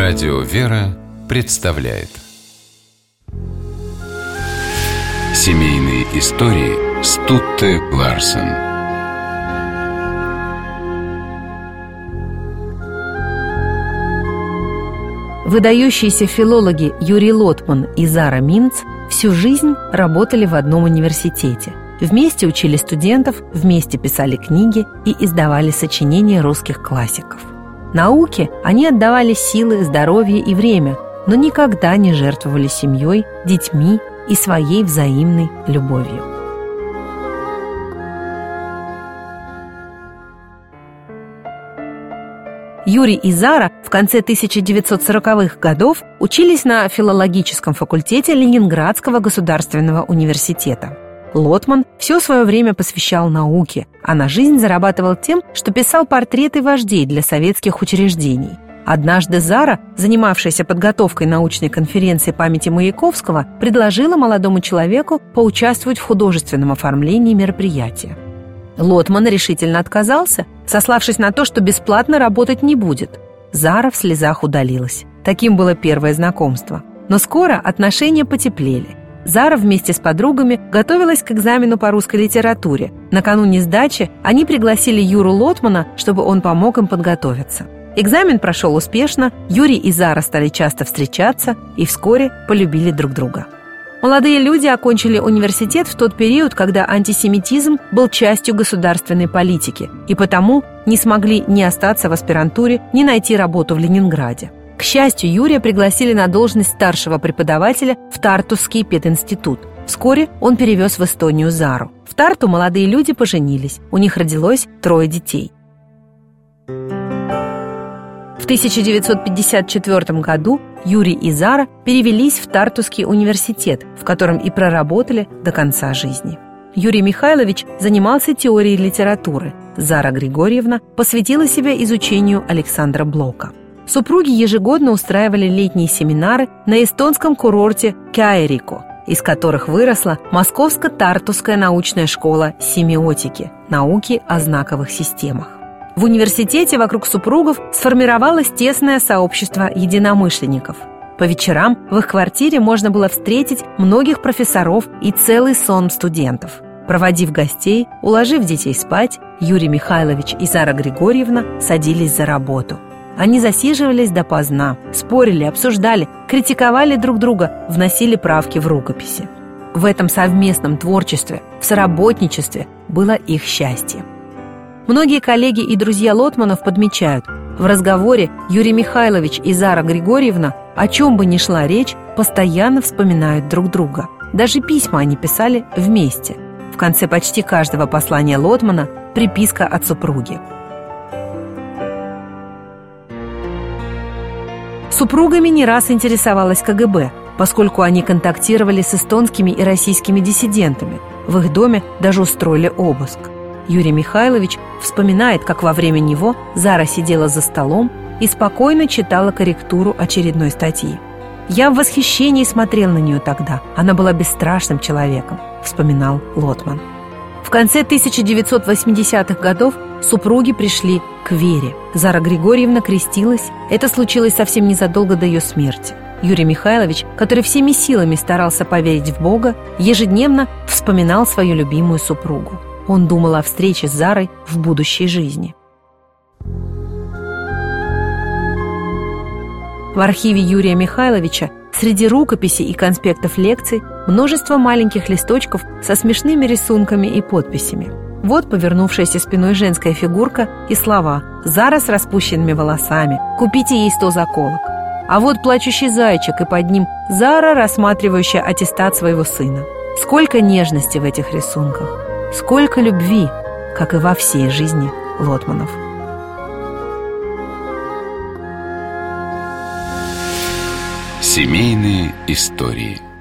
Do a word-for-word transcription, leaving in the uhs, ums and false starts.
Радио «Вера» представляет семейные истории Стутте Ларсен. Выдающиеся филологи Юрий Лотман и Зара Минц всю жизнь работали в одном университете. Вместе учили студентов, вместе писали книги и издавали сочинения русских классиков. Науке они отдавали силы, здоровье и время, но никогда не жертвовали семьей, детьми и своей взаимной любовью. Юрий и Зара в конце тысяча девятьсот сороковых годов учились на филологическом факультете Ленинградского государственного университета. Лотман все свое время посвящал науке, а на жизнь зарабатывал тем, что писал портреты вождей для советских учреждений. Однажды Зара, занимавшаяся подготовкой научной конференции памяти Маяковского, предложила молодому человеку поучаствовать в художественном оформлении мероприятия. Лотман решительно отказался, сославшись на то, что бесплатно работать не будет. Зара в слезах удалилась. Таким было первое знакомство. Но скоро отношения потеплели. Зара вместе с подругами готовилась к экзамену по русской литературе. Накануне сдачи они пригласили Юру Лотмана, чтобы он помог им подготовиться. Экзамен прошел успешно, Юрий и Зара стали часто встречаться и вскоре полюбили друг друга. Молодые люди окончили университет в тот период, когда антисемитизм был частью государственной политики, и потому не смогли ни остаться в аспирантуре, ни найти работу в Ленинграде. К счастью, Юрия пригласили на должность старшего преподавателя в Тартусский пединститут. Вскоре он перевез в Эстонию Зару. В Тарту молодые люди поженились, у них родилось трое детей. В тысяча девятьсот пятьдесят четвёртом году Юрий и Зара перевелись в Тартусский университет, в котором и проработали до конца жизни. Юрий Михайлович занимался теорией литературы, Зара Григорьевна посвятила себя изучению Александра Блока. Супруги ежегодно устраивали летние семинары на эстонском курорте Кяэрико, из которых выросла Московско-Тартусская научная школа семиотики, науки о знаковых системах. В университете вокруг супругов сформировалось тесное сообщество единомышленников. По вечерам в их квартире можно было встретить многих профессоров и целый сон студентов. Проводив гостей, уложив детей спать, Юрий Михайлович и Зара Григорьевна садились за работу. Они засиживались допоздна, спорили, обсуждали, критиковали друг друга, вносили правки в рукописи. В этом совместном творчестве, в соработничестве было их счастье. Многие коллеги и друзья Лотманов подмечают, в разговоре Юрий Михайлович и Зара Григорьевна, о чем бы ни шла речь, постоянно вспоминают друг друга. Даже письма они писали вместе. В конце почти каждого послания Лотмана приписка от супруги. Супругами не раз интересовалась ка гэ бэ, поскольку они контактировали с эстонскими и российскими диссидентами. В их доме даже устроили обыск. Юрий Михайлович вспоминает, как во время него Зара сидела за столом и спокойно читала корректуру очередной статьи. «Я в восхищении смотрел на нее тогда. Она была бесстрашным человеком», — вспоминал Лотман. В конце тысяча девятьсот восьмидесятых годов супруги пришли к вере. Зара Григорьевна крестилась. Это случилось совсем незадолго до ее смерти. Юрий Михайлович, который всеми силами старался поверить в Бога, ежедневно вспоминал свою любимую супругу. Он думал о встрече с Зарой в будущей жизни. В архиве Юрия Михайловича среди рукописей и конспектов лекций множество маленьких листочков со смешными рисунками и подписями. Вот повернувшаяся спиной женская фигурка и слова «Зара с распущенными волосами, купите ей сто заколок». А вот плачущий зайчик, и под ним Зара, рассматривающая аттестат своего сына. Сколько нежности в этих рисунках, сколько любви, как и во всей жизни Лотманов. Семейные истории.